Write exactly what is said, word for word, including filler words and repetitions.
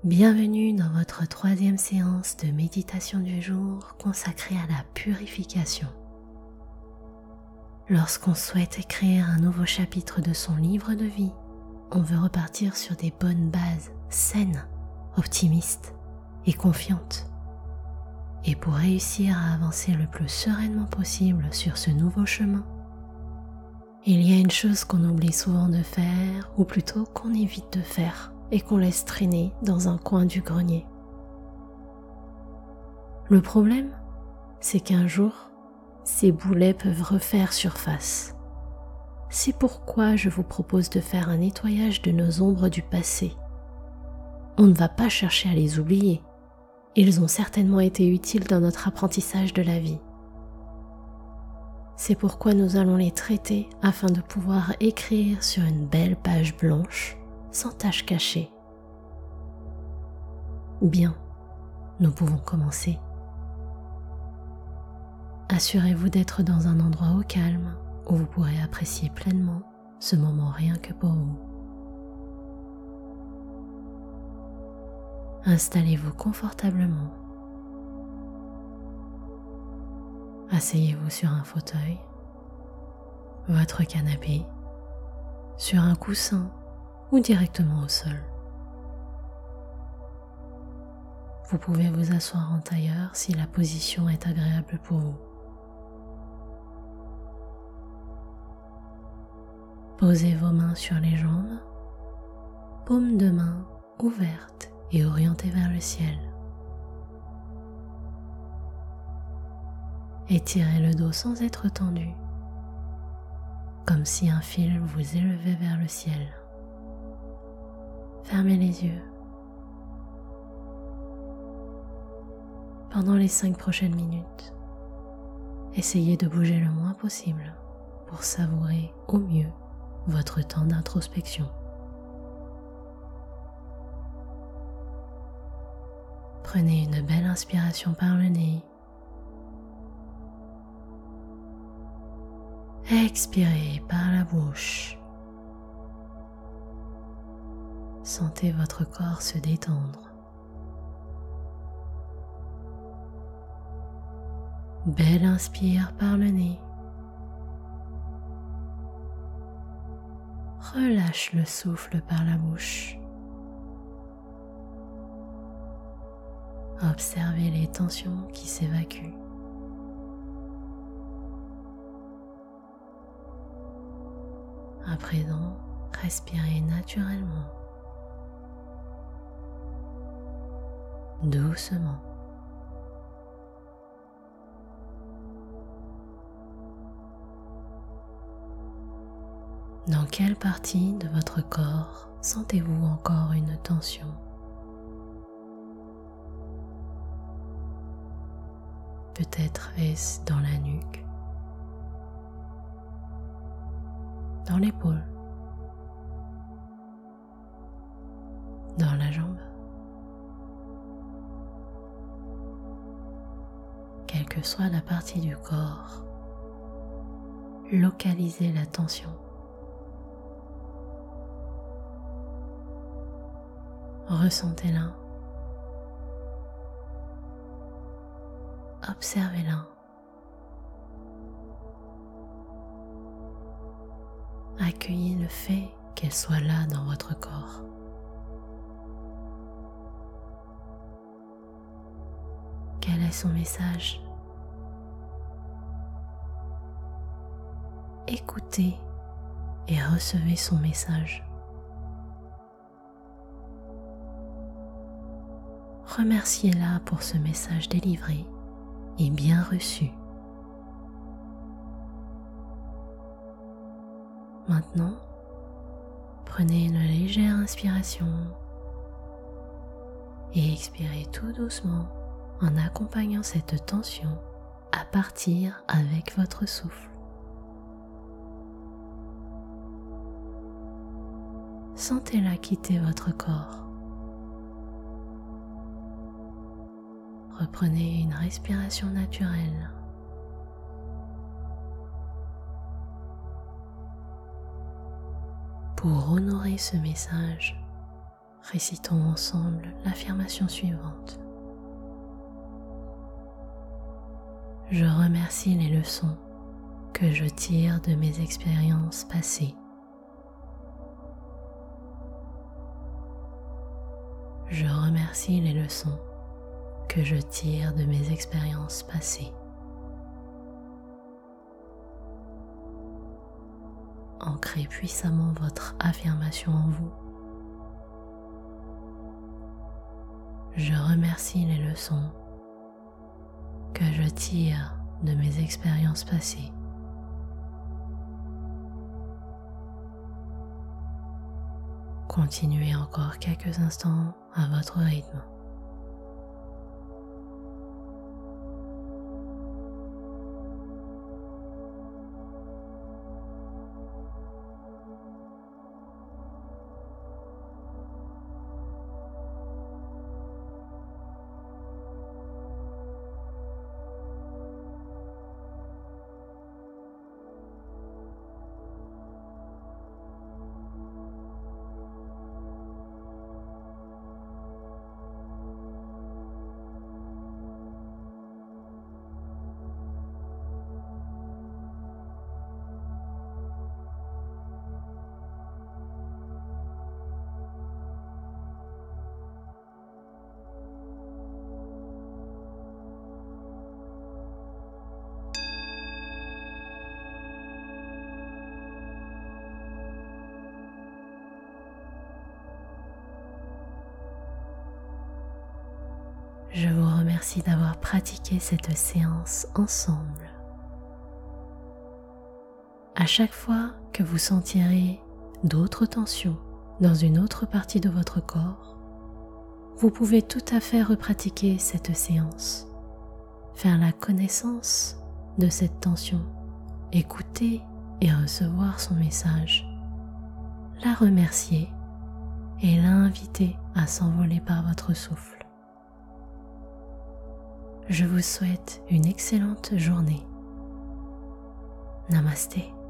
Bienvenue dans votre troisième séance de méditation du jour consacrée à la purification. Lorsqu'on souhaite écrire un nouveau chapitre de son livre de vie, on veut repartir sur des bonnes bases, saines, optimistes et confiantes. Et pour réussir à avancer le plus sereinement possible sur ce nouveau chemin, il y a une chose qu'on oublie souvent de faire, ou plutôt qu'on évite de faire, et qu'on laisse traîner dans un coin du grenier. Le problème, c'est qu'un jour, ces boulets peuvent refaire surface. C'est pourquoi je vous propose de faire un nettoyage de nos ombres du passé. On ne va pas chercher à les oublier. Ils ont certainement été utiles dans notre apprentissage de la vie. C'est pourquoi nous allons les traiter afin de pouvoir écrire sur une belle page blanche, sans tache cachée. Bien, nous pouvons commencer. Assurez-vous d'être dans un endroit au calme où vous pourrez apprécier pleinement ce moment rien que pour vous. Installez-vous confortablement. Asseyez-vous sur un fauteuil, votre canapé, sur un coussin ou directement au sol. Vous pouvez vous asseoir en tailleur si la position est agréable pour vous. Posez vos mains sur les jambes, paumes de main ouvertes et orientées vers le ciel. Étirez le dos sans être tendu, comme si un fil vous élevait vers le ciel. Fermez les yeux. Pendant les cinq prochaines minutes, essayez de bouger le moins possible pour savourer au mieux votre temps d'introspection. Prenez une belle inspiration par le nez. Expirez par la bouche. Sentez votre corps se détendre. Belle inspire par le nez. Relâche le souffle par la bouche. Observez les tensions qui s'évacuent. À présent, respirez naturellement, doucement. Dans quelle partie de votre corps sentez-vous encore une tension ? Peut-être est-ce dans la nuque, dans l'épaule, dans la jambe. Quelle que soit la partie du corps, localisez la tension. Ressentez-la. Observez-la. Accueillez le fait qu'elle soit là dans votre corps. Quel est son message ? Écoutez et recevez son message. Remerciez-la pour ce message délivré et bien reçu. Maintenant, prenez une légère inspiration et expirez tout doucement en accompagnant cette tension à partir avec votre souffle. Sentez-la quitter votre corps. Reprenez une respiration naturelle. Pour honorer ce message, récitons ensemble l'affirmation suivante. Je remercie les leçons que je tire de mes expériences passées. Je remercie les leçons que je tire de mes expériences passées. Ancrez puissamment votre affirmation en vous. Je remercie les leçons que je tire de mes expériences passées. Continuez encore quelques instants à votre rythme. Je vous remercie d'avoir pratiqué cette séance ensemble. À chaque fois que vous sentirez d'autres tensions dans une autre partie de votre corps, vous pouvez tout à fait repratiquer cette séance, faire la connaissance de cette tension, écouter et recevoir son message, la remercier et l'inviter à s'envoler par votre souffle. Je vous souhaite une excellente journée. Namasté.